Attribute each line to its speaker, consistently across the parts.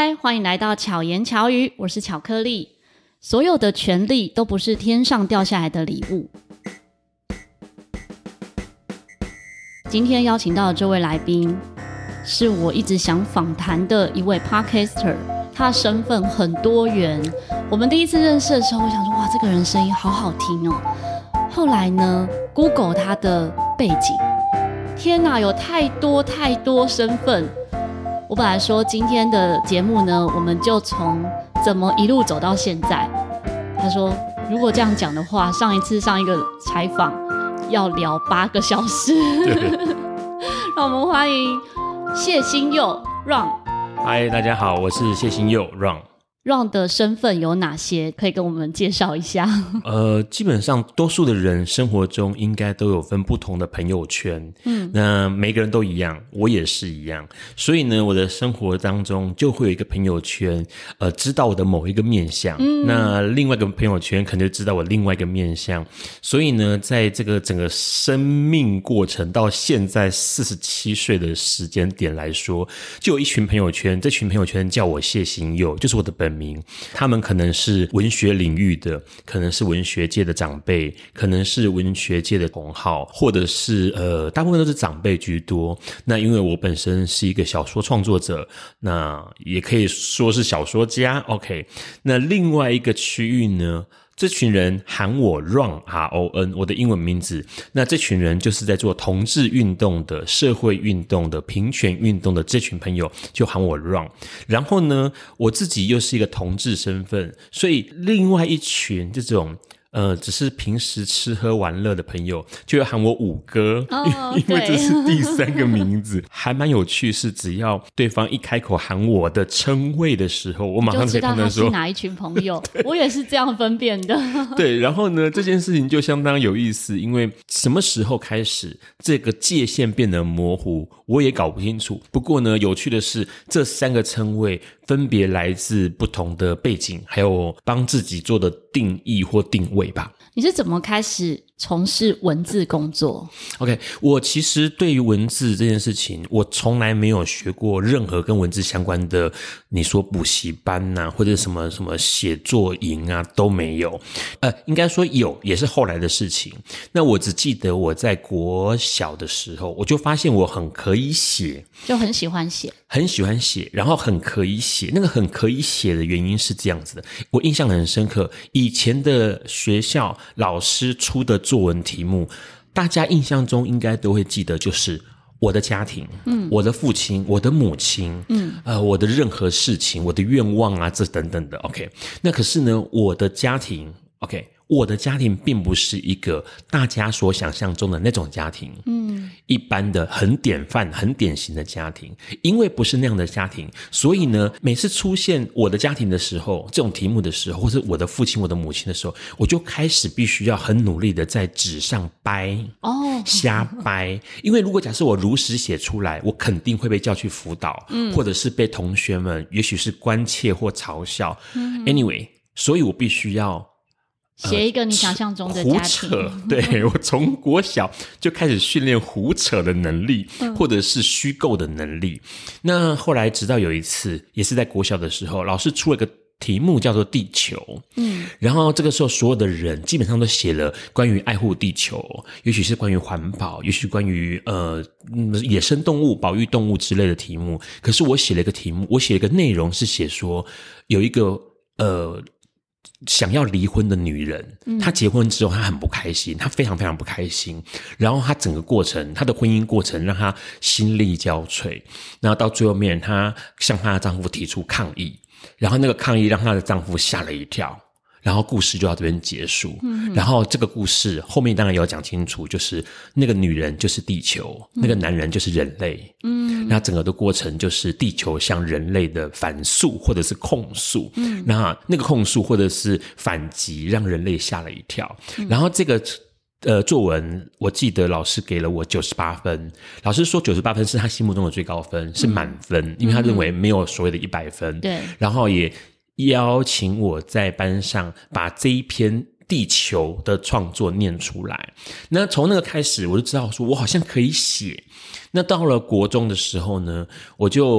Speaker 1: 嗨，欢迎来到巧言巧语，我是巧克力。所有的权利都不是天上掉下来的礼物。今天邀请到的这位来宾，是我一直想访谈的一位 Podcaster， 他的身份很多元。我们第一次认识的时候，我想说，哇，这个人声音好好听哦。后来呢 ，Google 他的背景，天哪，有太多身份。我本来说今天的节目呢，我们就从怎么一路走到现在。他说，如果这样讲的话，上一个采访要聊8个小时。让我们欢迎谢欣佑 Ron。
Speaker 2: 嗨，大家好，我是谢欣佑 Ron。Ron
Speaker 1: 的身份有哪些？可以跟我们介绍一下？
Speaker 2: 基本上多数的人生活中应该都有分不同的朋友圈，那每个人都一样，我也是一样。所以呢，我的生活当中就会有一个朋友圈，知道我的某一个面向，那另外一个朋友圈可能就知道我另外一个面向。所以呢，在这个整个生命过程到现在47岁的时间点来说，就有一群朋友圈，这群朋友圈叫我谢欣佑，就是我的本名。他们可能是文学领域的，可能是文学界的长辈，可能是文学界的同好，或者是大部分都是长辈居多。那因为我本身是一个小说创作者，那也可以说是小说家 OK。 那另外一个区域呢，这群人喊我 Ron R-O-N， 我的英文名字。那这群人就是在做同志运动的、社会运动的、平权运动的这群朋友就喊我 Ron。 然后呢，我自己又是一个同志身份，所以另外一群这种只是平时吃喝玩乐的朋友就会喊我五哥，因为这是第3个名字。还蛮有趣，是只要对方一开口喊我的称谓的时候，我马上可以判断说
Speaker 1: 就知道他是哪一群朋友。我也是这样分辨的。
Speaker 2: 对，然后呢，这件事情就相当有意思，因为什么时候开始这个界限变得模糊，我也搞不清楚。不过呢，有趣的是，这3个称谓分别来自不同的背景，还有帮自己做的定义或定位吧。
Speaker 1: 你是怎么开始从事文字工作？
Speaker 2: OK， 我其实对于文字这件事情，我从来没有学过任何跟文字相关的，你说补习班啊，或者什么写作营啊，都没有。应该说有，也是后来的事情。那我只记得我在国小的时候，我就发现我很可以写，
Speaker 1: 就很喜欢写，
Speaker 2: 然后很可以写。那个很可以写的原因是这样子的，我印象很深刻，以前的学校老师出的作文题目，大家印象中应该都会记得，就是我的家庭，我的父亲，我的母亲，我的任何事情，我的愿望啊，这等等的 OK。 那可是呢，我的家庭 OK， 我的家庭并不是一个大家所想象中的那种家庭，一般的很典范很典型的家庭。因为不是那样的家庭，所以呢，每次出现我的家庭的时候，这种题目的时候，或是我的父亲我的母亲的时候，我就开始必须要很努力的在纸上掰瞎掰。因为如果假设我如实写出来，我肯定会被叫去辅导，或者是被同学们也许是关切或嘲笑anyway， 所以我必须要
Speaker 1: 写一个你想象中的家庭。
Speaker 2: 胡扯。对，我从国小就开始训练胡扯的能力，或者是虚构的能力。那后来直到有一次，也是在国小的时候，老师出了个题目叫做地球，然后这个时候所有的人基本上都写了关于爱护地球，也许是关于环保，也许关于野生动物、保育动物之类的题目。可是我写了一个题目，我写了一个内容是写说，有一个想要离婚的女人，她结婚之后她很不开心，她非常非常不开心，然后她整个过程，她的婚姻过程让她心力交瘁，然后到最后面她向她的丈夫提出抗议，然后那个抗议让她的丈夫吓了一跳，然后故事就到这边结束。然后这个故事后面当然有讲清楚，就是那个女人就是地球，那个男人就是人类。那整个的过程就是地球向人类的反诉或者是控诉，那个控诉或者是反击让人类吓了一跳。然后这个作文我记得老师给了我98分，老师说98分是他心目中的最高分，是满分，因为他认为没有所谓的100分。
Speaker 1: 对，
Speaker 2: 然后也邀请我在班上把这一篇地球的创作念出来。那从那个开始我就知道说我好像可以写。那到了国中的时候呢，我就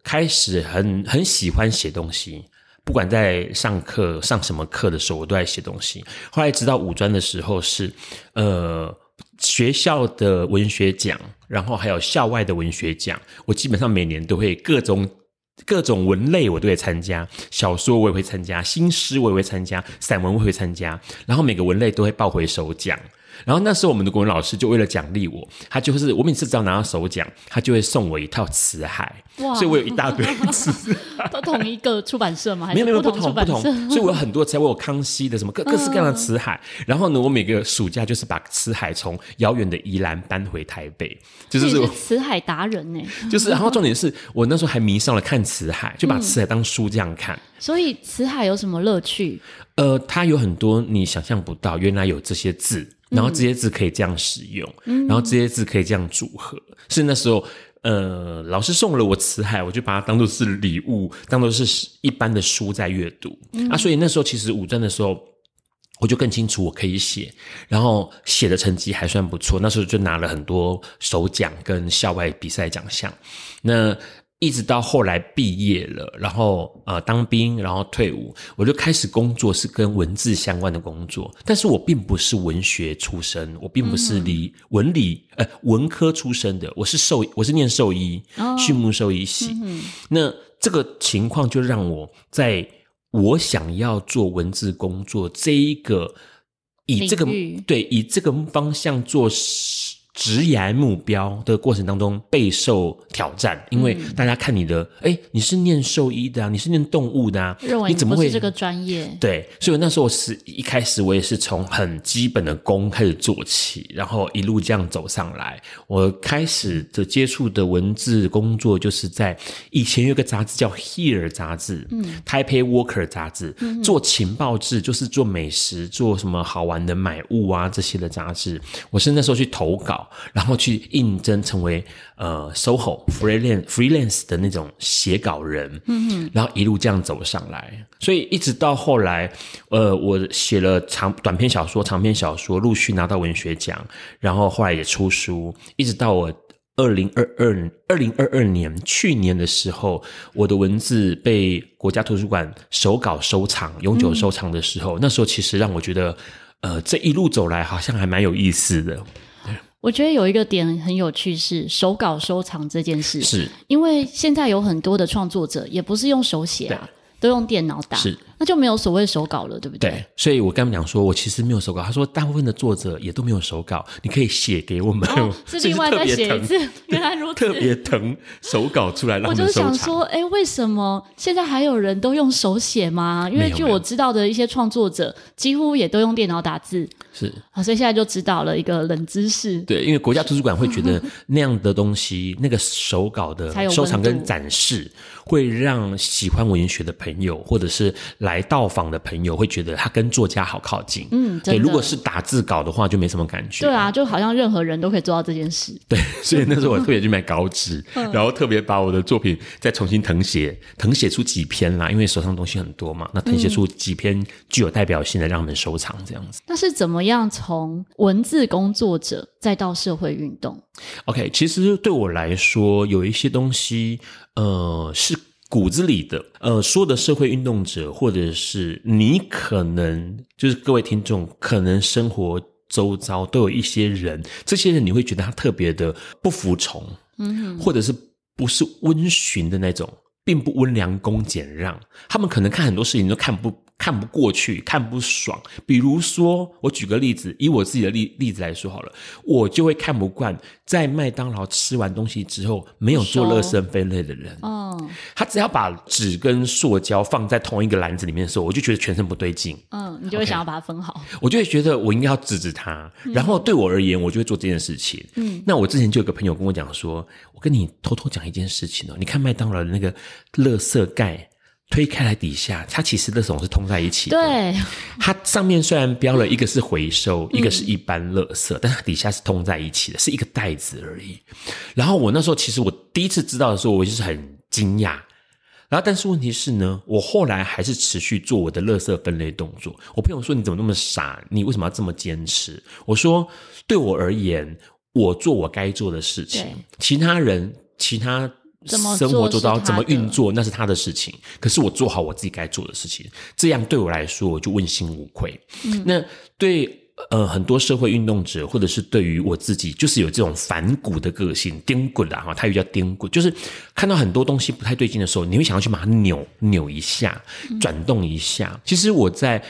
Speaker 2: 开始很喜欢写东西，不管在上课上什么课的时候，我都在写东西。后来直到五专的时候是学校的文学奖，然后还有校外的文学奖，我基本上每年都会各种文类我都会参加，小说我也会参加，新诗我也会参加，散文我也会参加，然后每个文类都会抱回首奖。然后那时候我们的国文老师就为了奖励我，他就是我每次只要拿到首奖，他就会送我一套词海，所以我有一大堆词海。
Speaker 1: 都同一个出版社吗？还是
Speaker 2: 没有
Speaker 1: 不同出版社？
Speaker 2: 所以我有很多词海，我有康熙的什么各式各样的词海。然后呢，我每个暑假就是把词海从遥远的宜兰搬回台北，就是
Speaker 1: 你是词海达人呢。
Speaker 2: 就是，然后重点是我那时候还迷上了看词海，就把词海当书这样看。
Speaker 1: 所以词海有什么乐趣？
Speaker 2: 它有很多你想象不到，原来有这些字。然后这些字可以这样使用，然后这些字可以这样组合。是那时候老师送了我词海，我就把它当作是礼物，当作是一般的书在阅读。所以那时候其实五专的时候我就更清楚我可以写，然后写的成绩还算不错，那时候就拿了很多首奖跟校外比赛奖项。那一直到后来毕业了，然后当兵，然后退伍，我就开始工作是跟文字相关的工作，但是我并不是文学出身，我并不是文科出身的，我是念兽医，畜牧兽医系。那这个情况就让我在我想要做文字工作这一个以这个方向做职业目标的过程当中备受挑战，因为大家看你的你是念兽医的啊，你是念动物的啊，
Speaker 1: 认为你不是这个专业。
Speaker 2: 对，所以那时候一开始我也是从很基本的工开始做起，然后一路这样走上来。我开始的接触的文字工作就是在以前有个杂志叫 Here 杂志，Taipei Worker 杂志，做情报志，就是做美食，做什么好玩的买物啊这些的杂志。我是那时候去投稿，然后去应征成为SOHO freelance 的那种写稿人，然后一路这样走上来。所以一直到后来我写了短篇小说、长篇小说，陆续拿到文学奖，然后后来也出书，一直到我2022年去年的时候，我的文字被国家图书馆手稿收藏，永久收藏的时候，那时候其实让我觉得这一路走来好像还蛮有意思的。
Speaker 1: 我觉得有一个点很有趣是手稿收藏这件事，
Speaker 2: 是
Speaker 1: 因为现在有很多的创作者也不是用手写啊，都用电脑打，是那就没有所谓手稿了，对不对？
Speaker 2: 对，所以我跟他们讲说我其实没有手稿，他说大部分的作者也都没有手稿，你可以写给我们，
Speaker 1: 是另外再写一次。原来如此，
Speaker 2: 特别腾手稿出来让他们收藏。
Speaker 1: 我就想说为什么现在还有人都用手写吗？因为据我知道的一些创作者几乎也都用电脑打字，是所以现在就知道了一个冷知识。
Speaker 2: 对，因为国家图书馆会觉得那样的东西那个手稿的收藏跟展示会让喜欢文学的朋友或者是来到访的朋友会觉得他跟作家好靠近。对，如果是打字稿的话就没什么感觉。
Speaker 1: 对啊，就好像任何人都可以做到这件事。
Speaker 2: 对，所以那时候我特别去买稿纸然后特别把我的作品再重新誊写出几篇啦，因为手上东西很多嘛，那誊写出几篇具有代表性的让他们收藏这样子。
Speaker 1: 那是怎么样从文字工作者再到社会运动？
Speaker 2: OK， 其实对我来说有一些东西是骨子里的，说的社会运动者，或者是你可能就是各位听众可能生活周遭都有一些人，这些人你会觉得他特别的不服从，或者是不是温驯的那种，并不温良恭俭让，他们可能看很多事情都看不过去，看不爽。比如说我举个例子，以我自己的例子来说好了，我就会看不惯在麦当劳吃完东西之后没有做垃圾分类的人。他只要把纸跟塑胶放在同一个篮子里面的时候，我就觉得全身不对劲。
Speaker 1: 你就会想要把它分好。
Speaker 2: 我就会觉得我应该要制止他，然后对我而言我就会做这件事情。那我之前就有个朋友跟我讲说，我跟你偷偷讲一件事情你看麦当劳的那个垃圾盖推开来底下，它其实垃圾桶是通在一起的。对，它上面虽然标了一个是回收，一个是一般垃圾，但它底下是通在一起的，是一个袋子而已。然后我那时候其实我第一次知道的时候，我就是很惊讶。然后但是问题是呢，我后来还是持续做我的垃圾分类动作。我朋友说你怎么那么傻，你为什么要这么坚持？我说对我而言，我做我该做的事情，其他生活周遭怎么运作，那是他的事情。可是我做好我自己该做的事情，这样对我来说我就问心无愧。那对很多社会运动者，或者是对于我自己，就是有这种反骨的个性，颠滚啦，台语叫颠滚，就是看到很多东西不太对劲的时候，你会想要去把它扭一下，转动一下。其实我在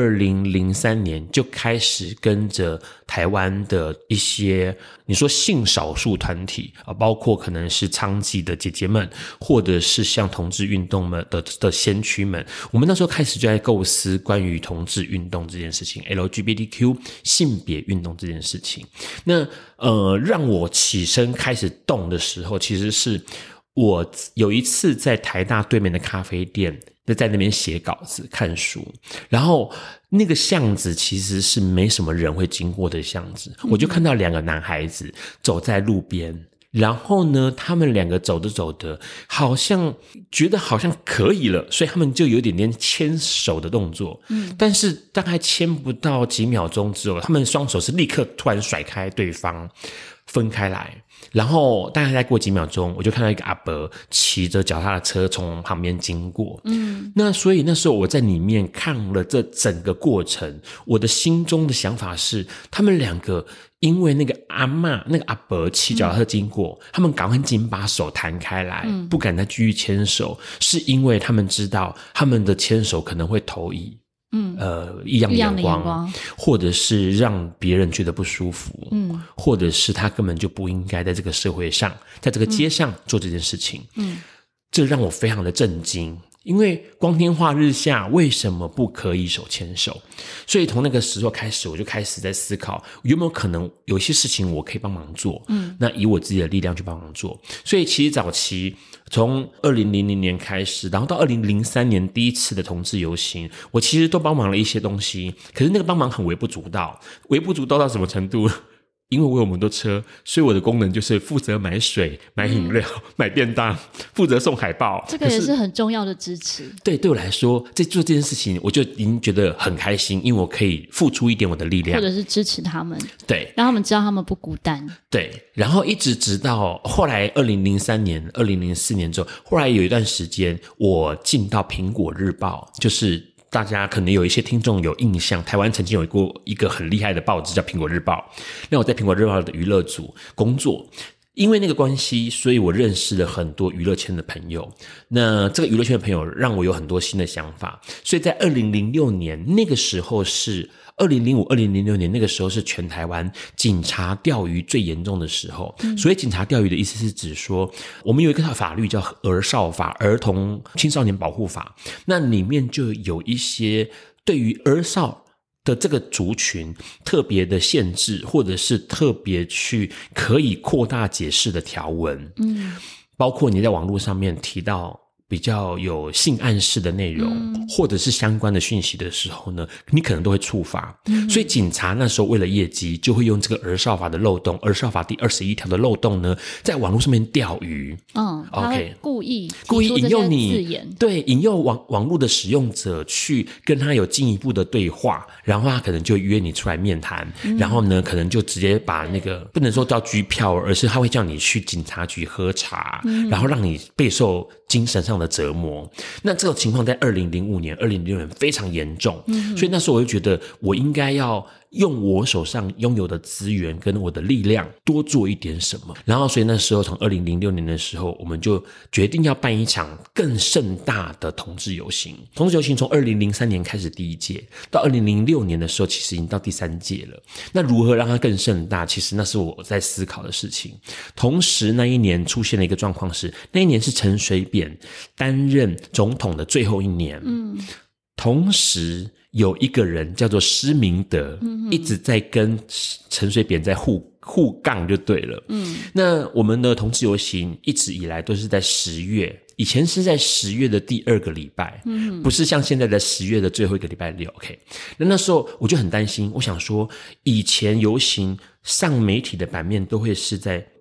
Speaker 2: 2003年就开始跟着台湾的一些你说性少数团体包括可能是娼妓的姐姐们，或者是像同志运动们的先驱们，我们那时候开始就在构思关于同志运动这件事情， LGBTQ 性别运动这件事情。那让我起身开始动的时候，其实是我有一次在台大对面的咖啡店，在那边写稿子看书，然后那个巷子其实是没什么人会经过的巷子，我就看到2个男孩子走在路边，然后呢他们2个走着走的好像觉得好像可以了，所以他们就有点点牵手的动作，但是大概牵不到几秒钟之后，他们双手是立刻突然甩开对方分开来，然后大概再过几秒钟，我就看到一个阿伯骑着脚踏车从旁边经过。那所以那时候我在里面看了这整个过程，我的心中的想法是，他们2个因为那个阿嬷那个阿伯骑脚踏车经过，他们赶紧把手弹开来，不敢再继续牵手，是因为他们知道他们的牵手可能会投以异样的眼光，或者是让别人觉得不舒服，或者是他根本就不应该在这个社会上，在这个街上做这件事情。这让我非常的震惊，因为光天化日下为什么不可以手牵手？所以从那个时候开始，我就开始在思考有没有可能有些事情我可以帮忙做，那以我自己的力量去帮忙做。所以其实早期从2000年开始，然后到2003年第一次的同志游行，我其实都帮忙了一些东西，可是那个帮忙很微不足道，微不足道到什么程度？因为我有摩托车，所以我的功能就是负责买水、买饮料、买便当，负责送海报。
Speaker 1: 这个也是很重要的支持。
Speaker 2: 对我来说，在做这件事情，我就已经觉得很开心，因为我可以付出一点我的力量，
Speaker 1: 或者是支持他们，
Speaker 2: 对，
Speaker 1: 让他们知道他们不孤单。
Speaker 2: 对，然后一直直到后来2003年、2004年之后，后来有一段时间，我进到苹果日报，就是大家可能有一些听众有印象，台湾曾经有过一个很厉害的报纸叫苹果日报，那我在苹果日报的娱乐组工作，因为那个关系，所以我认识了很多娱乐圈的朋友，那这个娱乐圈的朋友让我有很多新的想法，所以在2006年那个时候是2005、2006年那个时候是全台湾警察钓鱼最严重的时候。所以警察钓鱼的意思是指说，我们有一个法律叫儿少法，儿童青少年保护法，那里面就有一些对于儿少的这个族群特别的限制，或者是特别去可以扩大解释的条文。包括你在网络上面提到比较有性暗示的内容，或者是相关的讯息的时候呢，你可能都会触发。所以警察那时候为了业绩，就会用这个儿少法的漏洞，儿少法第21条的漏洞呢，在网络上面钓鱼。
Speaker 1: OK， 故意
Speaker 2: 引诱你，对，引诱网络的使用者去跟他有进一步的对话，然后他可能就约你出来面谈，然后呢，可能就直接把那个不能说叫拘票，而是他会叫你去警察局喝茶，然后让你备受精神上的折磨。那这种情况在2005年、2006年非常严重，所以那时候我就觉得我应该要用我手上拥有的资源跟我的力量多做一点什么。然后所以那时候从2006年的时候，我们就决定要办一场更盛大的同志游行。同志游行从2003年开始第一届，到2006年的时候其实已经到第3届了。那如何让它更盛大，其实那是我在思考的事情。同时那一年出现了一个状况是，那一年是陈水扁担任总统的最后一年，同时有一个人叫做施明德，一直在跟陈水扁在互杠就对了。那我们的同志游行一直以来都是在10月，以前是在10月的第2个礼拜，不是像现在的10月的最后一个礼拜六。OK， 那时候我就很担心，我想说以前游行上媒体的版面都会是在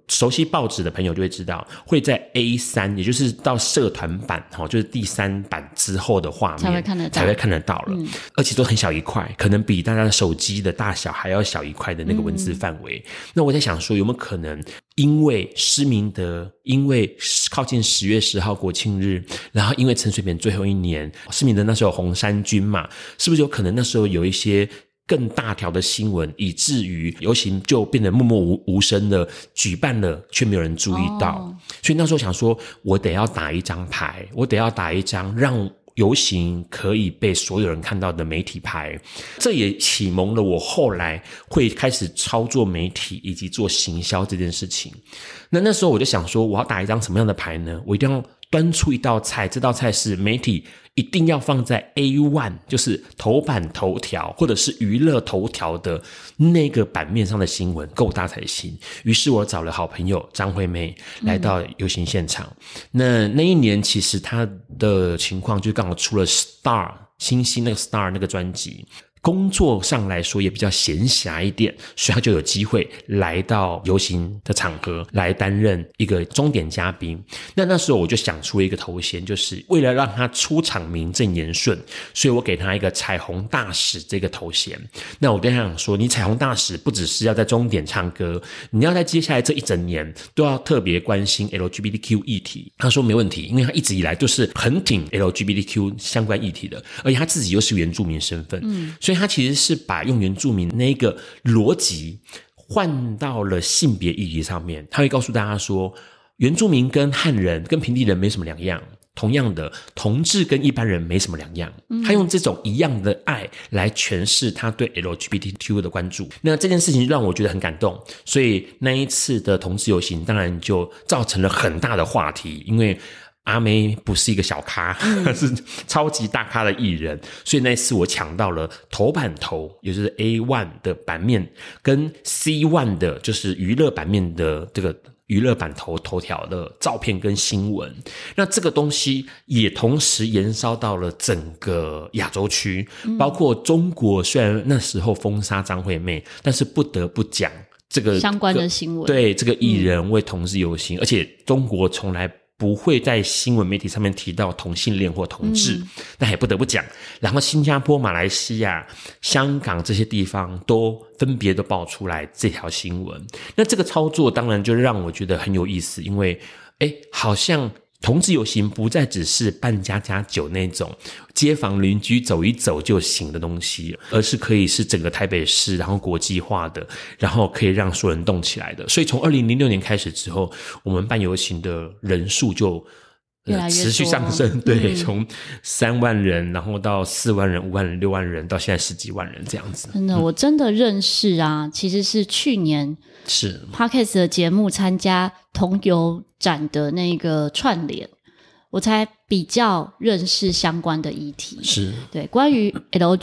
Speaker 2: 熟悉报纸的朋友就会知道，会在 A3， 也就是到社团版，就是第3版之后的画面才会看得到了，而且都很小一块，可能比大家的手机的大小还要小一块的那个文字范围。那我在想说，有没有可能因为施明德，因为靠近10月10号国庆日，然后因为陈水扁最后一年，施明德那时候有红衫军嘛，是不是有可能那时候有一些更大条的新闻，以至于游行就变得默默无声的举办了，却没有人注意到。所以那时候想说，我得要打一张牌，我得要打一张让游行可以被所有人看到的媒体牌。这也启蒙了我后来会开始操作媒体以及做行销这件事情。那时候我就想说，我要打一张什么样的牌呢？我一定要端出一道菜，这道菜是媒体一定要放在 A1， 就是头版头条或者是娱乐头条的那个版面上的新闻够大才行。于是我找了好朋友张惠妹来到游行现场。那一年其实她的情况就刚好出了 Star 星星那个 Star 那个专辑，工作上来说也比较闲暇一点，所以他就有机会来到游行的场合来担任一个钟点嘉宾。那时候我就想出了一个头衔，就是为了让他出场名正言顺，所以我给他一个彩虹大使这个头衔。那我跟他讲说，你彩虹大使不只是要在钟点唱歌，你要在接下来这一整年都要特别关心 LGBTQ 议题。他说没问题，因为他一直以来就是很挺 LGBTQ 相关议题的，而且他自己又是原住民身份，所以他其实是把用原住民那个逻辑换到了性别议题上面。他会告诉大家说，原住民跟汉人跟平地人没什么两样，同样的同志跟一般人没什么两样。他用这种一样的爱来诠释他对 LGBTQ 的关注。那这件事情让我觉得很感动，所以那一次的同志游行当然就造成了很大的话题，因为阿妹不是一个小咖，是超级大咖的艺人，所以那一次我抢到了头版头，也就是 A1 的版面，跟 C1 的就是娱乐版面的这个娱乐版头条的照片跟新闻。那这个东西也同时延烧到了整个亚洲区，包括中国，虽然那时候封杀张惠妹，但是不得不讲这个
Speaker 1: 相关的新闻，
Speaker 2: 对，这个艺人为同志游行，而且中国从来不会在新闻媒体上面提到同性恋或同志，但也不得不讲。然后新加坡、马来西亚、香港这些地方都分别都爆出来这条新闻。那这个操作当然就让我觉得很有意思，因为好像同志游行不再只是办家家酒那种街坊邻居走一走就行的东西，而是可以是整个台北市，然后国际化的，然后可以让所有人动起来的。所以从2006年开始之后，我们办游行的人数就持续上升，对，从3万人，然后到4万人、5万人、6万人，到现在10几万人这样子。
Speaker 1: 真的，我真的认识啊，其实是去年
Speaker 2: 是
Speaker 1: Podcast 的节目参加同游展的那个串联，我才比较认识相关的议题。
Speaker 2: 是，对，
Speaker 1: 关于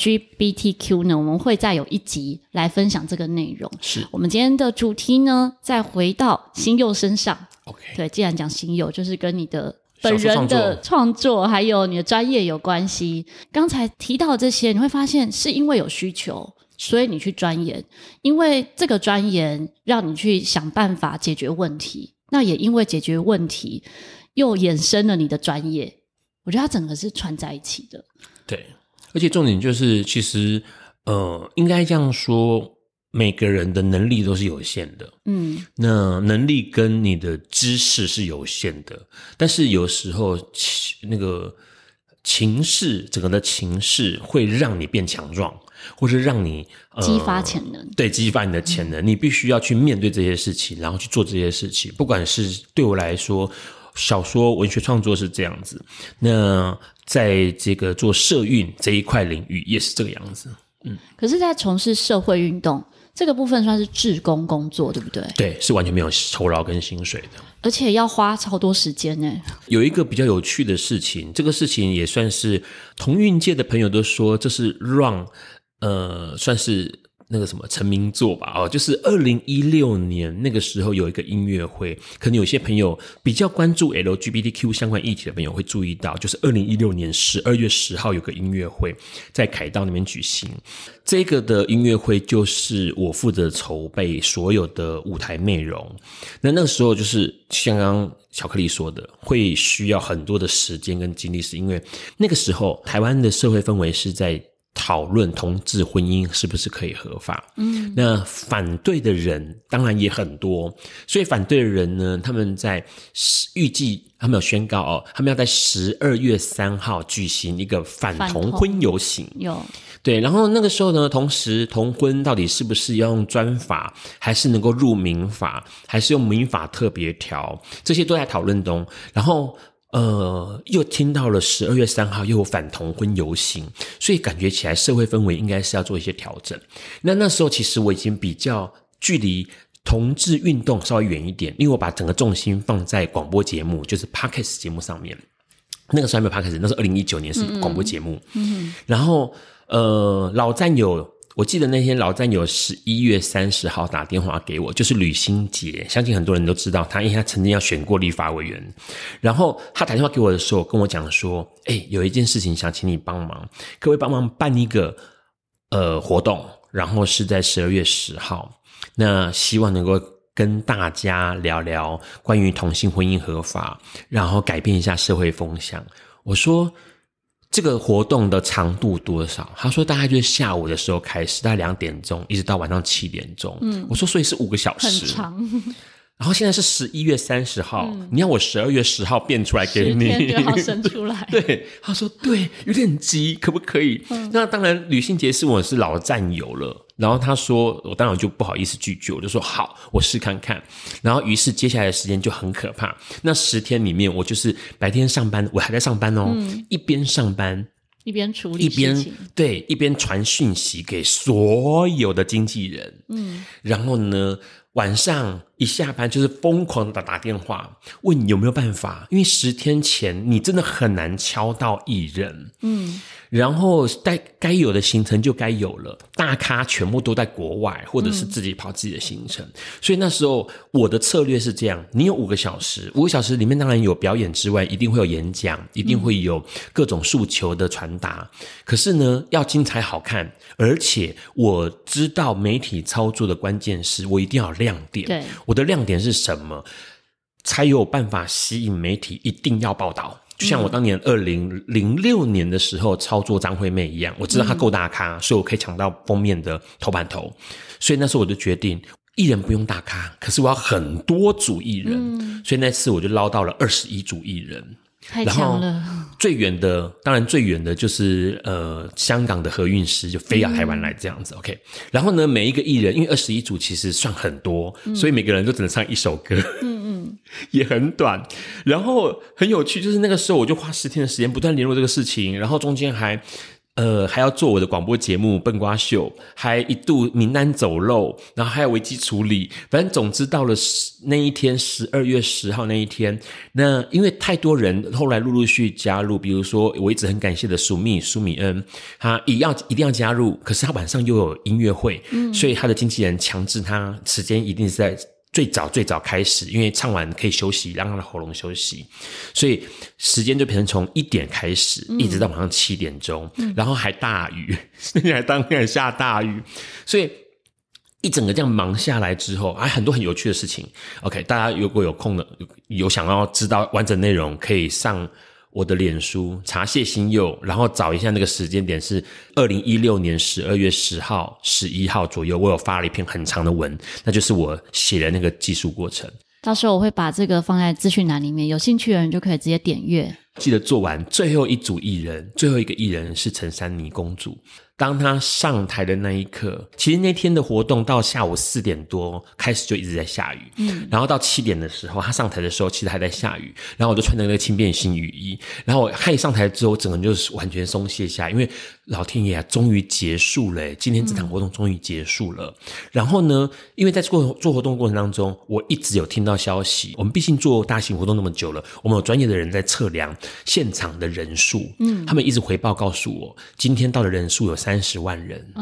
Speaker 1: LGBTQ 呢，我们会再有一集来分享这个内容。
Speaker 2: 是，我
Speaker 1: 们今天的主题呢，再回到星佑身上。
Speaker 2: OK，
Speaker 1: 对，既然讲星佑，就是跟你的本人的创作还有你的专业有关系。刚才提到这些，你会发现是因为有需求，所以你去钻研，因为这个钻研让你去想办法解决问题，那也因为解决问题又衍生了你的专业。我觉得它整个是串在一起的。
Speaker 2: 对，而且重点就是其实应该这样说，每个人的能力都是有限的，那能力跟你的知识是有限的，但是有时候那个情势，整个的情势会让你变强壮，或是让你
Speaker 1: 激发潜能，
Speaker 2: 对，激发你的潜能，你必须要去面对这些事情，然后去做这些事情。不管是对我来说，小说文学创作是这样子，那在这个做社运这一块领域也是这个样子。
Speaker 1: 可是在从事社会运动这个部分算是志工工作，对不对？
Speaker 2: 对，是完全没有酬劳跟薪水的，
Speaker 1: 而且要花超多时间耶。
Speaker 2: 有一个比较有趣的事情，这个事情也算是同运界的朋友都说这是让算是那个什么成名作吧，就是2016年那个时候有一个音乐会，可能有些朋友比较关注 LGBTQ 相关议题的朋友会注意到，就是2016年12月10号有个音乐会在凯道那边举行。这个的音乐会就是我负责筹备所有的舞台内容。那个时候就是像刚刚巧克力说的，会需要很多的时间跟精力，是因为那个时候台湾的社会氛围是在讨论同志婚姻是不是可以合法。那反对的人当然也很多，所以反对的人呢，他们在预计他们有宣告他们要在12月3号举行一个反同婚游行。
Speaker 1: 有
Speaker 2: 对，然后那个时候呢，同时同婚到底是不是要用专法，还是能够入民法，还是用民法特别条，这些都在讨论中。然后又听到了12月3号又有反同婚游行，所以感觉起来社会氛围应该是要做一些调整。那时候其实我已经比较距离同志运动稍微远一点，因为我把整个重心放在广播节目，就是 Podcast 节目上面。那个时候还没有 Podcast， 那是2019年是广播节目。然后老战友，我记得那天老战友11月30号打电话给我，就是吕新杰，相信很多人都知道他，因为他曾经要选过立法委员。然后他打电话给我的时候跟我讲说，有一件事情想请你帮忙，可不可以帮忙办一个活动，然后是在12月10号，那希望能够跟大家聊聊关于同性婚姻合法，然后改变一下社会风向。我说这个活动的长度多少？他说大概就是下午的时候开始，大概2点钟一直到晚上7点钟。我说所以是5个小时，
Speaker 1: 很长。
Speaker 2: 然后现在是11月30号，你要我12月10号变出来给你
Speaker 1: 10天就要生出来。
Speaker 2: 对，他说对，有点急，可不可以？那当然吕信杰是我是老战友了，然后他说我当然就不好意思拒绝，我就说好，我试看看。然后于是接下来的时间就很可怕，那10天里面我就是白天上班，我还在上班一边上班
Speaker 1: 一边处理事情，
Speaker 2: 对，一边传讯息给所有的经纪人。然后呢晚上一下班就是疯狂的打电话问你有没有办法，因为10天前你真的很难敲到艺人。然后该有的行程就该有了，大咖全部都在国外，或者是自己跑自己的行程。所以那时候我的策略是这样，你有5个小时，5个小时里面当然有表演之外，一定会有演讲，一定会有各种诉求的传达。可是呢要精彩好看，而且我知道媒体操作的关键是我一定要有亮点。
Speaker 1: 对，
Speaker 2: 我的亮点是什么才有办法吸引媒体一定要报道。就像我当年2006年的时候操作张惠妹一样，我知道她够大咖，所以我可以抢到封面的头版头。所以那时候我就决定艺人不用大咖，可是我要很多组艺人。所以那次我就捞到了21组艺人，
Speaker 1: 太强了。
Speaker 2: 最远的当然最远的就是香港的何韵诗就飞到台湾来这样子。OK， 然后呢每一个艺人因为21组其实算很多，所以每个人都只能唱1首歌。也很短。然后很有趣，就是那个时候我就花10天的时间不断联络这个事情，然后中间还要做我的广播节目笨瓜秀，还一度名单走漏，然后还有危机处理。反正总之到了那一天12月10号那一天，那因为太多人后来陆陆续加入，比如说我一直很感谢的苏米恩，他一定要加入，可是他晚上又有音乐会，所以他的经纪人强制他时间一定是在最早开始，因为唱完可以休息，让他的喉咙休息，所以时间就变成从1点开始，一直到晚上7点钟，然后还大雨，当天还下大雨，所以一整个这样忙下来之后，还很多很有趣的事情。OK， 大家如果有空的，有想要知道完整内容，可以上我的脸书查谢新佑，然后找一下那个时间点是2016年12月10号、11号左右，我有发了一篇很长的文，那就是我写的那个技术过程。
Speaker 1: 到时候我会把这个放在资讯栏里面，有兴趣的人就可以直接点阅。
Speaker 2: 记得做完最后一组艺人，最后一个艺人是陈珊妮公主。当她上台的那一刻，其实那天的活动到下午4点多开始就一直在下雨，然后到7点的时候她上台的时候其实还在下雨，然后我就穿着那个轻便型雨衣，然后她一上台之后整个人就是完全松懈下来，因为老天爷终于结束了，今天这场活动终于结束了。然后呢因为在做活动过程当中，我一直有听到消息，我们毕竟做大型活动那么久了，我们有专业的人在测量现场的人数，他们一直回报告诉我今天到的人数有30万人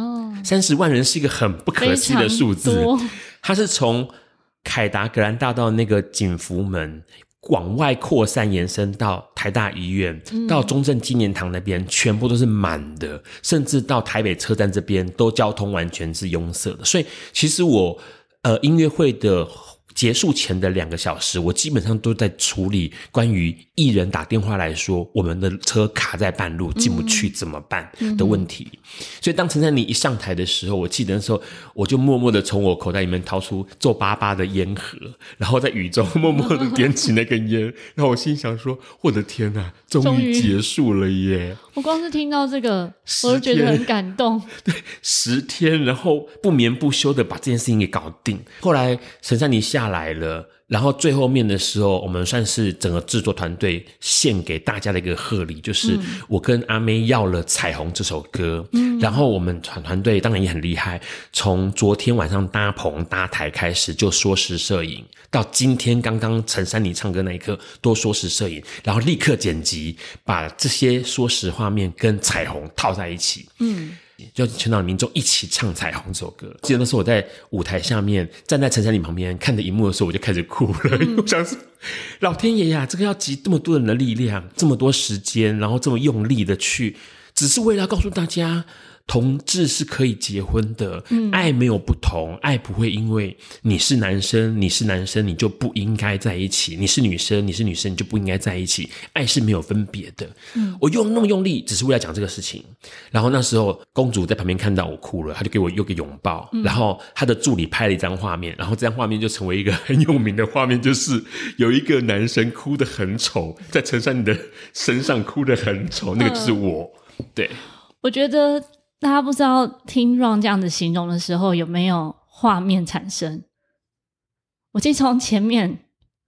Speaker 2: 30万人是一个很不可思议的数字，它是从凯达格兰大道那个景福门往外扩散延伸到台大医院，到中正纪念堂那边全部都是满的，甚至到台北车站这边都交通完全是拥塞的。所以其实我音乐会的结束前的2个小时，我基本上都在处理关于艺人打电话来说我们的车卡在半路进不去怎么办的问题。所以当陈珊妮一上台的时候，我记得那时候我就默默的从我口袋里面掏出皱巴巴的烟盒，然后在雨中默默的点起那根烟，然后我心想说我的天哪，终于结束了耶。
Speaker 1: 我光是听到这个我就觉得很感动。
Speaker 2: 对，10天，然后不眠不休的把这件事情给搞定。后来陈珊妮下来了，然后最后面的时候我们算是整个制作团队献给大家的一个贺礼，就是我跟阿妹要了《彩虹》这首歌，然后我们团队当然也很厉害，从昨天晚上搭棚搭台开始就缩时摄影，到今天刚刚陈珊妮唱歌那一刻都缩时摄影，然后立刻剪辑，把这些缩时画面跟彩虹套在一起，就全场的民众一起唱《彩虹》这首歌。记得那时候我在舞台下面站在陈珊妮旁边看着荧幕的时候，我就开始哭了，因为我想说老天爷呀，这个要集这么多人的力量，这么多时间，然后这么用力的去，只是为了要告诉大家同志是可以结婚的，爱没有不同，爱不会因为你是男生你是男生你就不应该在一起，你是女生你是女生你就不应该在一起，爱是没有分别的。我那么用力只是为了讲这个事情。然后那时候公主在旁边看到我哭了，她就给我又个拥抱，然后她的助理拍了一张画面，然后这张画面就成为一个很有名的画面，就是有一个男生哭得很丑，在陈珊妮的身上哭得很丑，那个就是我。对，
Speaker 1: 我觉得大家不知道听 Ron 这样子形容的时候有没有画面产生。我记得从前面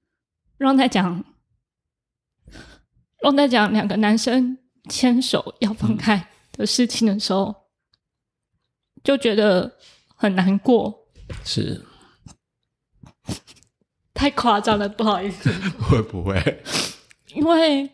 Speaker 1: Ron 在讲2个男生牵手要分开的事情的时候，就觉得很难过。
Speaker 2: 是
Speaker 1: 太夸张了，不好意思。
Speaker 2: 会不会
Speaker 1: 因为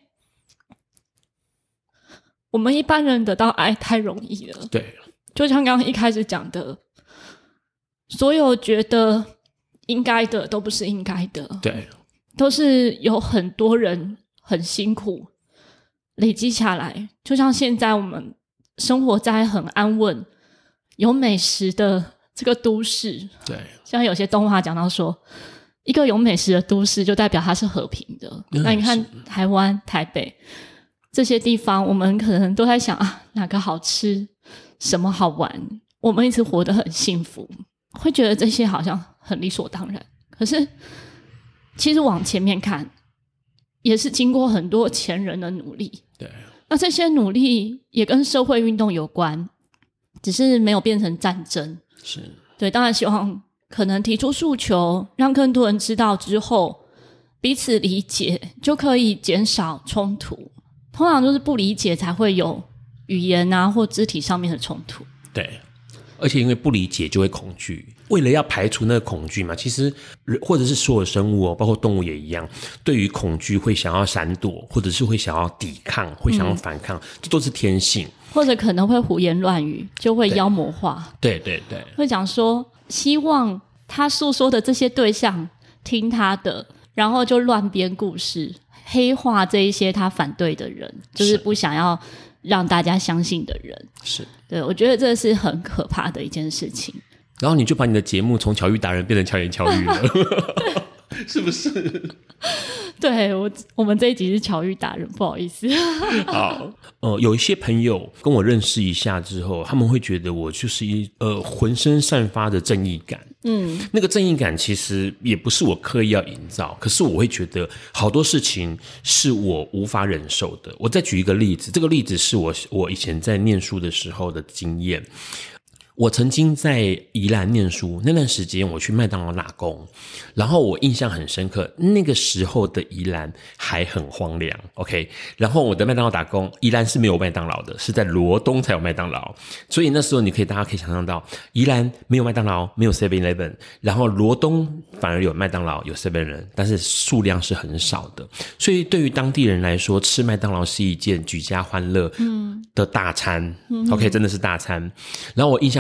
Speaker 1: 我们一般人得到爱太容易了。
Speaker 2: 对，
Speaker 1: 就像刚刚一开始讲的，所有觉得应该的都不是应该的。
Speaker 2: 对，
Speaker 1: 都是有很多人很辛苦累积下来。就像现在我们生活在很安稳有美食的这个都市，
Speaker 2: 对，
Speaker 1: 像有些动画讲到说一个有美食的都市就代表它是和平的。那你看台湾台北这些地方，我们可能都在想哪个好吃什么好玩，我们一直活得很幸福，会觉得这些好像很理所当然。可是其实往前面看也是经过很多前人的努力。
Speaker 2: 对，
Speaker 1: 那这些努力也跟社会运动有关，只是没有变成战争。
Speaker 2: 是，
Speaker 1: 对，当然希望可能提出诉求，让更多人知道之后彼此理解，就可以减少冲突。通常就是不理解才会有语言或肢体上面的冲突。
Speaker 2: 对，而且因为不理解就会恐惧，为了要排除那个恐惧嘛，其实或者是所有生物包括动物也一样，对于恐惧会想要闪躲，或者是会想要抵抗，会想要反抗，这都是天性。或
Speaker 1: 者可能会胡言乱语，就会妖魔化。
Speaker 2: 对对对，
Speaker 1: 会讲说希望他诉说的这些对象听他的，然后就乱编故事，黑化这一些他反对的人，就是不想要让大家相信的人。是，对，我觉得这是很可怕的一件事情。
Speaker 2: 然后你就把你的节目从巧遇达人变成巧言巧语了是不是？
Speaker 1: 对，我们这一集是巧遇达人，不好意思
Speaker 2: 好，有一些朋友跟我认识一下之后，他们会觉得我就是浑身散发的正义感。那个正义感其实也不是我刻意要营造，可是我会觉得好多事情是我无法忍受的。我再举一个例子，这个例子是我以前在念书的时候的经验。我曾经在宜兰念书，那段时间我去麦当劳打工，然后我印象很深刻，那个时候的宜兰还很荒凉 OK， 然后我的麦当劳打工，宜兰是没有麦当劳的，是在罗东才有麦当劳，所以那时候大家可以想象到，宜兰没有麦当劳，没有 7-Eleven， 然后罗东反而有麦当劳有 7-Eleven， 但是数量是很少的，所以对于当地人来说，吃麦当劳是一件举家欢乐的大餐OK， 真的是大餐。然后我印象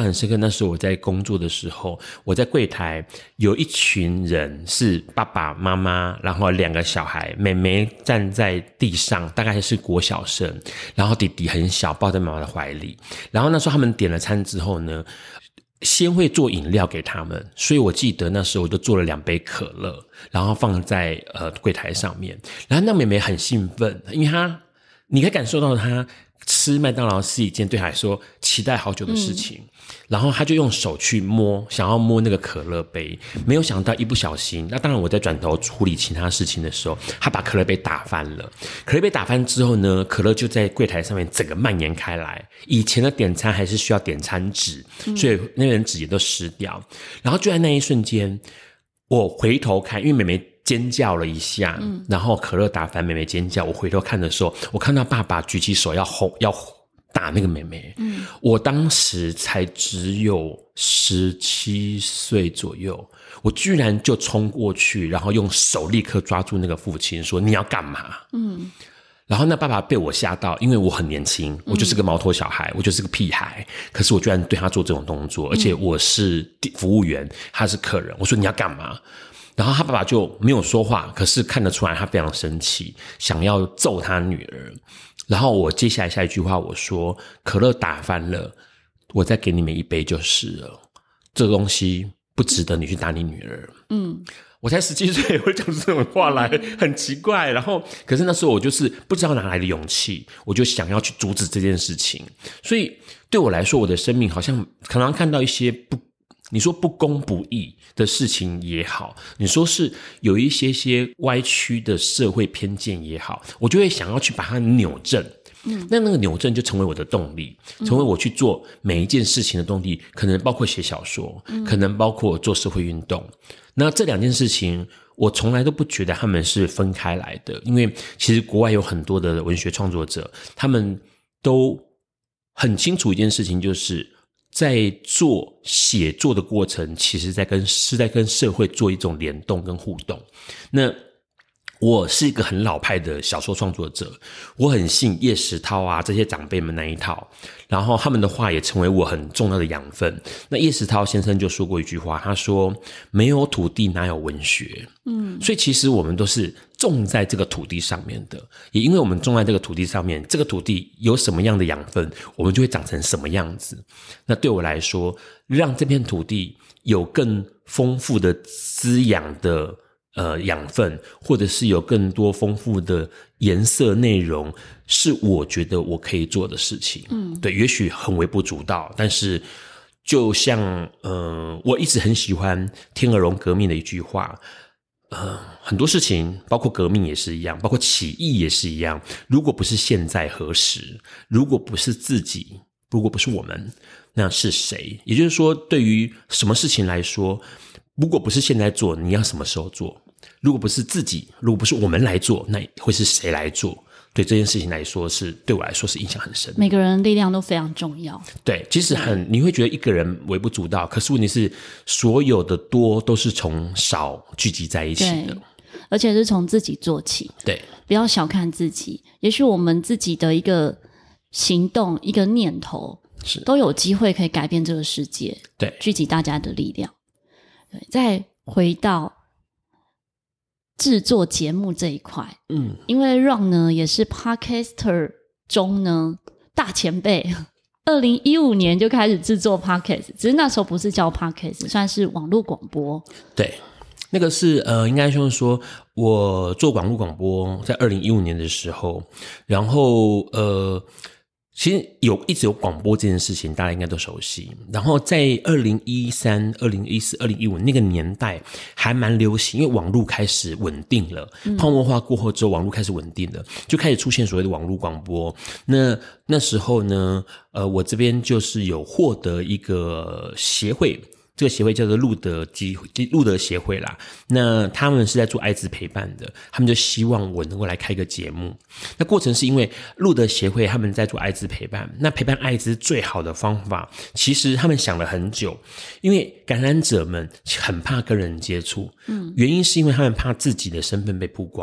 Speaker 2: 很深刻，那时候我在工作的时候，我在柜台有一群人是爸爸妈妈，然后2个小孩，妹妹站在地上，大概是国小生，然后弟弟很小，抱在妈妈的怀里。然后那时候他们点了餐之后呢，先会做饮料给他们，所以我记得那时候我就做了2杯可乐，然后放在柜台上面。然后那妹妹很兴奋，因为你可以感受到她吃麦当劳是一件对她来说期待好久的事情，然后她就用手去摸，想要摸那个可乐杯，没有想到一不小心，那当然我在转头处理其他事情的时候，她把可乐杯打翻了。可乐杯打翻之后呢，可乐就在柜台上面整个蔓延开来。以前的点餐还是需要点餐纸，所以那人纸也都湿掉。然后就在那一瞬间，我回头看，因为妹妹尖叫了一下，然后可乐打翻，妹妹尖叫。我回头看的时候，我看到爸爸举起手要打那个妹妹。我当时才只有17岁左右，我居然就冲过去，然后用手立刻抓住那个父亲说：“你要干嘛？”然后那爸爸被我吓到，因为我很年轻，我就是个毛头小孩，我就是个屁孩，可是我居然对他做这种动作，而且我是服务员，他是客人。我说：“你要干嘛？”然后他爸爸就没有说话，可是看得出来他非常生气，想要揍他女儿。然后我接下来下一句话我说：“可乐打翻了，我再给你们1杯就是了，这个东西不值得你去打你女儿。”我才17岁会讲出这种话来，很奇怪。然后可是那时候我就是不知道哪来的勇气，我就想要去阻止这件事情。所以对我来说，我的生命好像常常看到一些你说不公不义的事情也好，你说是有一些歪曲的社会偏见也好，我就会想要去把它扭正。那个扭正就成为我的动力，成为我去做每一件事情的动力，可能包括写小说，可能包括做社会运动。那这2件事情我从来都不觉得他们是分开来的，因为其实国外有很多的文学创作者，他们都很清楚一件事情，就是在做写作的过程，其实是在跟社会做一种联动跟互动。那我是一个很老派的小说创作者，我很信叶石涛啊这些长辈们那一套，然后他们的话也成为我很重要的养分。那叶石涛先生就说过一句话，他说：“没有土地哪有文学。”所以其实我们都是种在这个土地上面的，也因为我们种在这个土地上面，这个土地有什么样的养分，我们就会长成什么样子。那对我来说，让这片土地有更丰富的滋养的养分，或者是有更多丰富的颜色内容，是我觉得我可以做的事情。对，也许很微不足道，但是就像我一直很喜欢天鹅绒革命的一句话，很多事情包括革命也是一样，包括起义也是一样，如果不是现在何时，如果不是自己，如果不是我们，那是谁？也就是说，对于什么事情来说，如果不是现在做，你要什么时候做？如果不是自己，如果不是我们来做，那会是谁来做？对这件事情来说，对我来说是影响很深。
Speaker 1: 每个人的力量都非常重要。
Speaker 2: 对，其实你会觉得一个人微不足道，可是问题是，所有的多都是从少聚集在一起的，
Speaker 1: 而且是从自己做起。
Speaker 2: 对，
Speaker 1: 不要小看自己，也许我们自己的一个行动、一个念头，都有机会可以改变这个世界。
Speaker 2: 对，
Speaker 1: 聚集大家的力量。对，再回到制作节目这一块，因为 Ron 呢也是 Podcaster 中呢大前辈，2015年就开始制作 Podcast， 只是那时候不是叫 Podcast， 算是网络广播。对，
Speaker 2: 那个是应该就是说我做网络广播在2015年的时候，然后其实一直有广播这件事情，大家应该都熟悉。然后在2013、2014、2015那个年代还蛮流行，因为网络开始稳定了，泡沫化过后之后，网络开始稳定了，就开始出现所谓的网络广播。那时候呢，我这边就是有获得一个协会。这个协会叫做路德协会啦，那他们是在做艾滋陪伴的，他们就希望我能够来开一个节目。那过程是因为路德协会他们在做艾滋陪伴，那陪伴艾滋最好的方法，其实他们想了很久，因为感染者们很怕跟人接触，原因是因为他们怕自己的身份被曝光，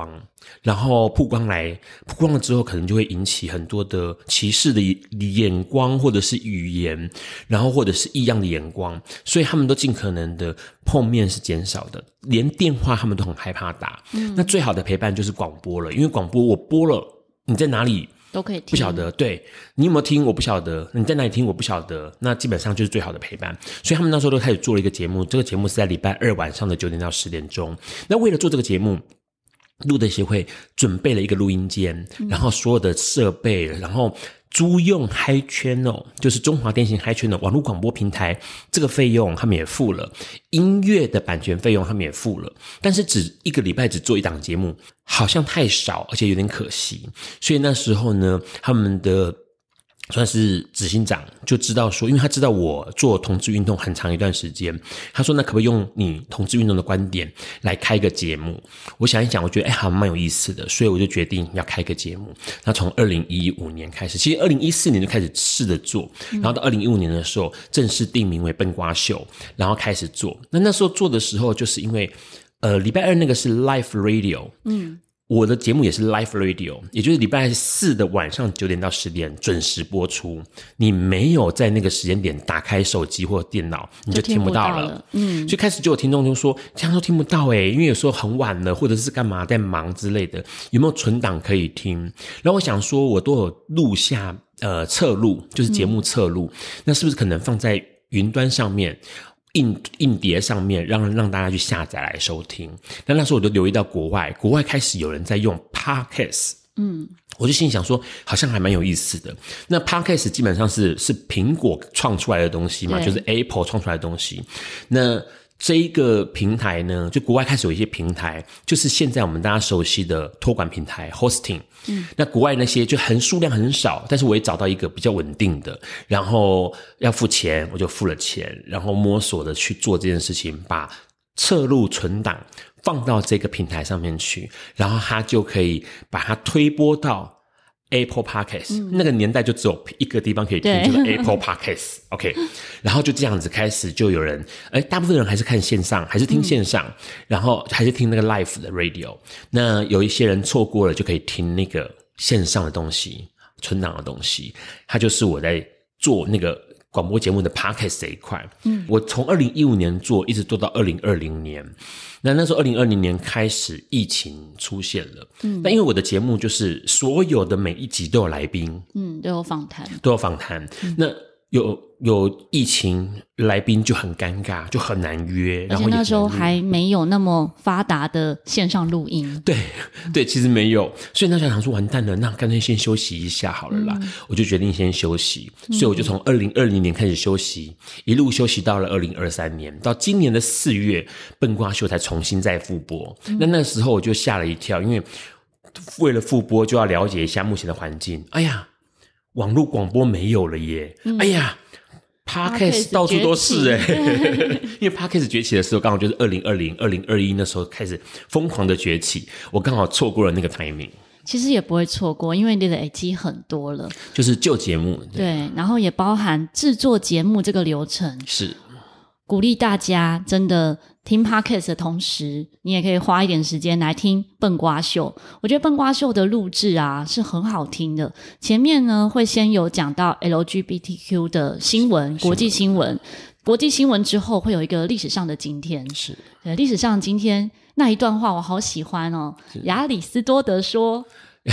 Speaker 2: 然后曝光了之后，可能就会引起很多的歧视的眼光，或者是语言，然后或者是异样的眼光，所以他们都尽可能的碰面是减少的，连电话他们都很害怕打。那最好的陪伴就是广播了，因为广播我播了，你在哪里
Speaker 1: 都可以听，
Speaker 2: 不晓得，对，你有没有听我不晓得，你在哪里听我不晓得，那基本上就是最好的陪伴。所以他们那时候都开始做了一个节目，这个节目是在礼拜二晚上的9点到10点钟。那为了做这个节目，路德协会准备了一个录音间，然后所有的设备，然后租用 Hi Channel， 就是中华电信 Hi Channel 网络广播平台，这个费用他们也付了，音乐的版权费用他们也付了，但是一个礼拜只做一档节目，好像太少，而且有点可惜。所以那时候呢，他们的算是执行长就知道说，因为他知道我做同志运动很长一段时间，他说那可不可以用你同志运动的观点来开一个节目。我想一想，我觉得还蛮有意思的，所以我就决定要开一个节目。那从2015年开始，其实2014年就开始试着做，然后到2015年的时候正式定名为笨瓜秀，然后开始做。那时候做的时候，就是因为礼拜二那个是 Live Radio，我的节目也是 Live Radio， 也就是礼拜四的晚上9点到10点准时播出。你没有在那个时间点打开手机或电脑，你就听不到了。所以开始就有听众就说这样都听不到因为有时候很晚了，或者是干嘛在忙之类的，有没有存档可以听？然后我想说，我都有录下侧录，就是节目侧录，那是不是可能放在云端上面？硬碟上面让大家去下载来收听。那时候我就留意到国外开始有人在用 Podcast，我就心里想说好像还蛮有意思的。那 Podcast 基本上是苹果创出来的东西嘛，就是 Apple 创出来的东西。那这一个平台呢，就国外开始有一些平台，就是现在我们大家熟悉的托管平台 hosting。那国外那些就数量很少，但是我也找到一个比较稳定的，然后要付钱我就付了钱，然后摸索的去做这件事情，把侧录存档放到这个平台上面去，然后它就可以把它推播到Apple Podcast，那个年代就只有一个地方可以听，就是 Apple Podcast OK， 然后就这样子开始就有人大部分人还是看线上，还是听线上，然后还是听那个 live 的 radio。 那有一些人错过了就可以听那个线上的东西，存档的东西。它就是我在做那个广播节目的 Podcast 这一块。我从2015年做一直做到2020年。那时候2020年开始疫情出现了，但因为我的节目就是所有的每一集都有来宾，
Speaker 1: 都有访谈，
Speaker 2: 那有疫情，来宾就很尴尬，就很难约，
Speaker 1: 而且那时候还没有那么发达的线上录音。
Speaker 2: 对，其实没有，所以那时候想说完蛋了，那干脆先休息一下好了啦。我就决定先休息，所以我就从2020年开始休息，一路休息到了2023年，到今年的4月，笨瓜秀才重新再复播。那时候我就吓了一跳，因为为了复播就要了解一下目前的环境。哎呀，网络广播没有了耶！哎呀 ，Podcast 到处都是因为 Podcast 崛起的时候，刚好就是2020、2021那时候开始疯狂的崛起，我刚好错过了那个 timing。
Speaker 1: 其实也不会错过，因为你的累积很多了，
Speaker 2: 就是旧节目，
Speaker 1: 对，然后也包含制作节目这个流程，
Speaker 2: 是
Speaker 1: 鼓励大家真的听 Podcast 的同时，你也可以花一点时间来听笨瓜秀。我觉得笨瓜秀的录制啊是很好听的，前面呢会先有讲到 LGBTQ 的新闻，国际新闻之后会有一个历史上的今天，
Speaker 2: 是
Speaker 1: 对，历史上的今天那一段话我好喜欢哦。亚里斯多德说，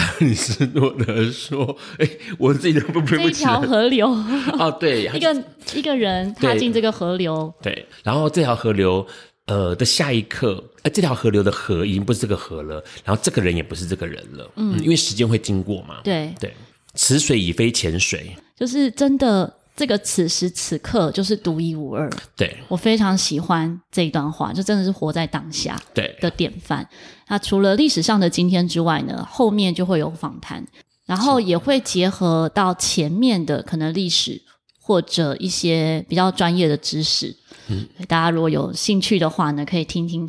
Speaker 1: 我自己都不这一条河流
Speaker 2: 对，
Speaker 1: 一个人踏进这个河流，
Speaker 2: 对，然后这条河流的下一刻这条河流的河已经不是这个河了，然后这个人也不是这个人了，因为时间会经过嘛，
Speaker 1: 对，
Speaker 2: 此水已非前水，
Speaker 1: 就是真的这个此时此刻就是独一无二。
Speaker 2: 对，
Speaker 1: 我非常喜欢这一段话，就真的是活在当下的典范。那除了历史上的今天之外呢，后面就会有访谈，然后也会结合到前面的可能历史或者一些比较专业的知识。大家如果有兴趣的话呢，可以听听看。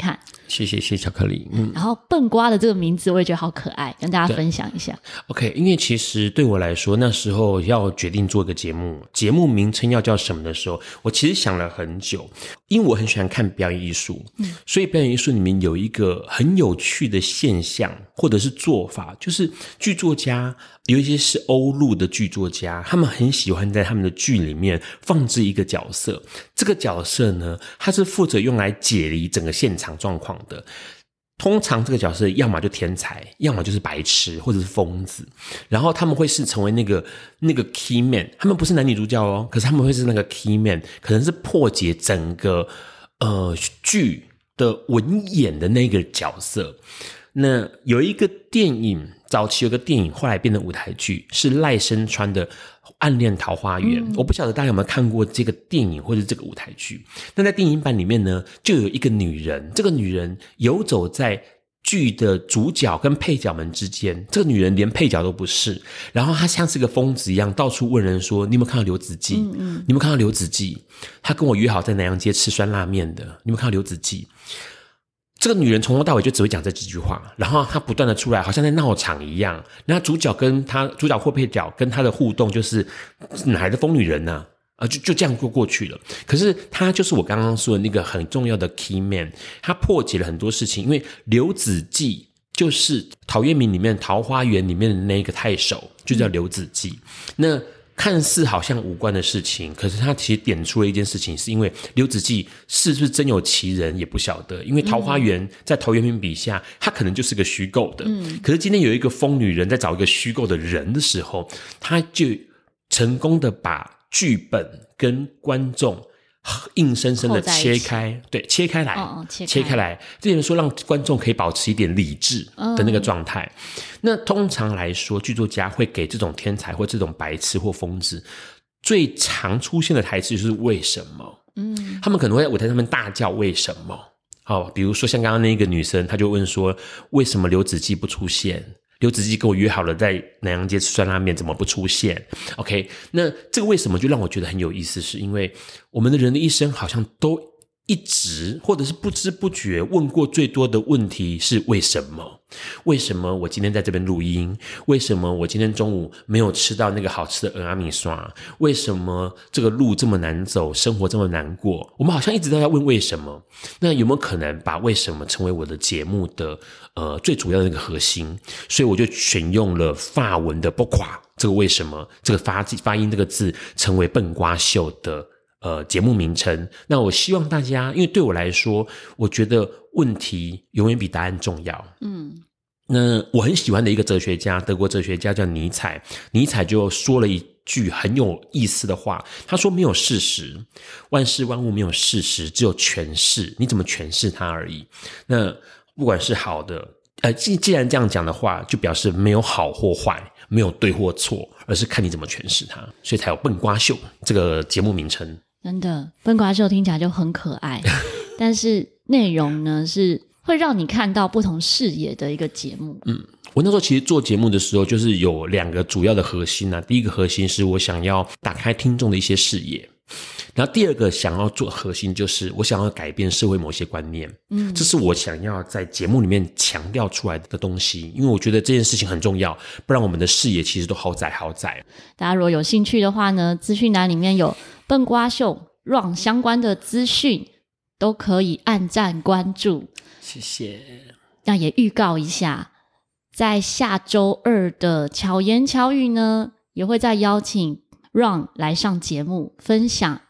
Speaker 2: 谢谢巧克力。
Speaker 1: 然后笨瓜的这个名字我也觉得好可爱，跟大家分享一下。
Speaker 2: OK， 因为其实对我来说，那时候要决定做一个节目名称要叫什么的时候，我其实想了很久，因为我很喜欢看表演艺术，所以表演艺术里面有一个很有趣的现象或者是做法，就是剧作家有一些是欧陆的剧作家，他们很喜欢在他们的剧里面放置一个角色，这个角色呢，他是负责用来解离整个现场状况的。通常这个角色要么就天才，要么就是白痴或者是疯子，然后他们会是成为那个 key man， 他们不是男女主角哦，可是他们会是那个 key man， 可能是破解整个剧的文演的那个角色。那有一个电影，早期有个电影后来变成舞台剧，是赖声川的《暗恋桃花源》，我不晓得大家有没有看过这个电影或者这个舞台剧。那在电影版里面呢，就有一个女人，这个女人游走在剧的主角跟配角们之间，这个女人连配角都不是，然后她像是个疯子一样到处问人说，你有没有看到刘子骥？你有没有看到刘子骥？她跟我约好在南洋街吃酸辣面的，你有没有看到刘子骥？这个女人从头到尾就只会讲这几句话，然后她不断的出来，好像在闹场一样。那主角或配角跟她的互动就是哪来的疯女人呢？就这样过去了。可是她就是我刚刚说的那个很重要的 key man， 她破解了很多事情。因为刘子骥就是陶渊明里面《桃花源》里面的那个太守，就叫刘子骥。那看似好像无关的事情，可是他其实点出了一件事情，是因为刘子骥是不是真有其人也不晓得，因为桃花源在陶渊明笔下他可能就是个虚构的，可是今天有一个疯女人在找一个虚构的人的时候，他就成功的把剧本跟观众硬生生的切开，对，切开来，切开来，这点说让观众可以保持一点理智的那个状态。那通常来说，剧作家会给这种天才或这种白痴或疯子最常出现的台词就是为什么？他们可能会在舞台上面大叫为什么？比如说像刚刚那个女生，她就问说，为什么刘子骥不出现？刘子骥跟我约好了在南洋街吃酸辣面，怎么不出现 ？OK， 那这个为什么就让我觉得很有意思，是因为我们的人的一生好像都一直或者是不知不觉问过最多的问题是为什么？为什么我今天在这边录音？为什么我今天中午没有吃到那个好吃的蚵仔米线？为什么这个路这么难走，生活这么难过？我们好像一直都在问为什么。那有没有可能把为什么成为我的节目的最主要的那个核心？所以我就选用了法文的 pourquoi 这个为什么，这个发音这个字成为笨瓜秀的节目名称。那我希望大家，因为对我来说，我觉得问题永远比答案重要。那我很喜欢的一个哲学家，德国哲学家叫尼采，尼采就说了一句很有意思的话，他说没有事实，万事万物没有事实，只有诠释，你怎么诠释它而已。那不管是好的既然这样讲的话，就表示没有好或坏，没有对或错，而是看你怎么诠释它，所以才有笨瓜秀这个节目名称。
Speaker 1: 真的，笨瓜秀听起来就很可爱但是内容呢是会让你看到不同视野的一个节目。
Speaker 2: 我那时候其实做节目的时候就是有两个主要的核心第一个核心是我想要打开听众的一些视野，然后第二个想要做核心就是我想要改变社会某些观念。这是我想要在节目里面强调出来的东西，因为我觉得这件事情很重要，不然我们的视野其实都好窄。
Speaker 1: 大家如果有兴趣的话呢，资讯栏里面有笨瓜秀 Run 相关的资讯都可以按赞关注。
Speaker 2: 谢谢。
Speaker 1: 那也预告一下，在下周二的巧言巧语呢，也会再邀请 Run 来上节目分享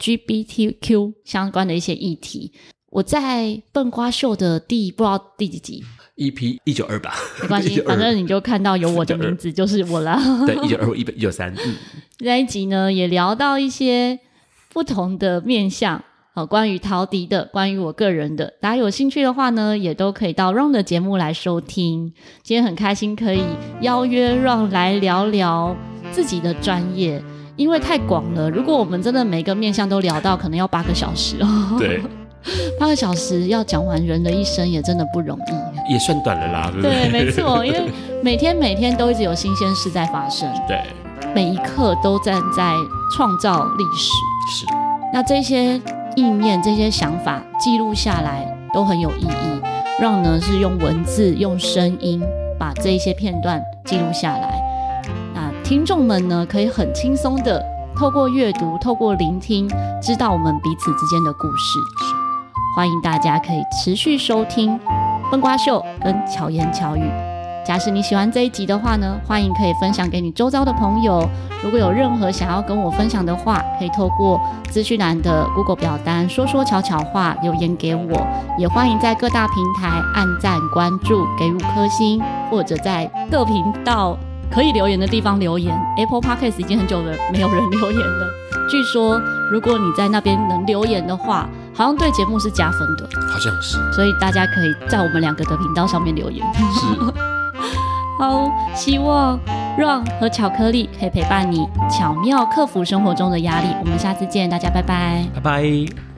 Speaker 1: LGBTQ 相关的一些议题。我在笨瓜秀的不知道第几集
Speaker 2: EP 192吧，
Speaker 1: 没关系反正你就看到有我的名字就是我啦
Speaker 2: 对，192 193
Speaker 1: 那一集呢也聊到一些不同的面向关于陶迪的，关于我个人的，大家有兴趣的话呢也都可以到 Run 的节目来收听。今天很开心可以邀约 Run 来聊聊自己的专业，因为太广了，如果我们真的每个面向都聊到可能要8个小时
Speaker 2: 对
Speaker 1: 8个小时要讲完人的一生也真的不容易，
Speaker 2: 也算短了啦，对不对？
Speaker 1: 对，没错，因为每天都一直有新鲜事在发生，
Speaker 2: 对，
Speaker 1: 每一刻都在创造历史。
Speaker 2: 是，
Speaker 1: 那这些意念这些想法记录下来都很有意义。 让呢是用文字用声音把这一些片段记录下来，那听众们呢可以很轻松的透过阅读透过聆听知道我们彼此之间的故事。欢迎大家可以持续收听笨瓜秀跟巧言巧语。假使你喜欢这一集的话呢，欢迎可以分享给你周遭的朋友。如果有任何想要跟我分享的话，可以透过资讯栏的 Google 表单说说巧巧话留言给我，也欢迎在各大平台按赞关注给5颗星，或者在各频道可以留言的地方留言。 Apple Podcast 已经很久了没有人留言了，据说如果你在那边能留言的话，好像对节目是加分的，
Speaker 2: 好像是，
Speaker 1: 所以大家可以在我们2个的频道上面留言。
Speaker 2: 是
Speaker 1: 好，希望 Ron 和巧克力可以陪伴你巧妙克服生活中的压力。我们下次见，大家拜拜，
Speaker 2: 拜拜。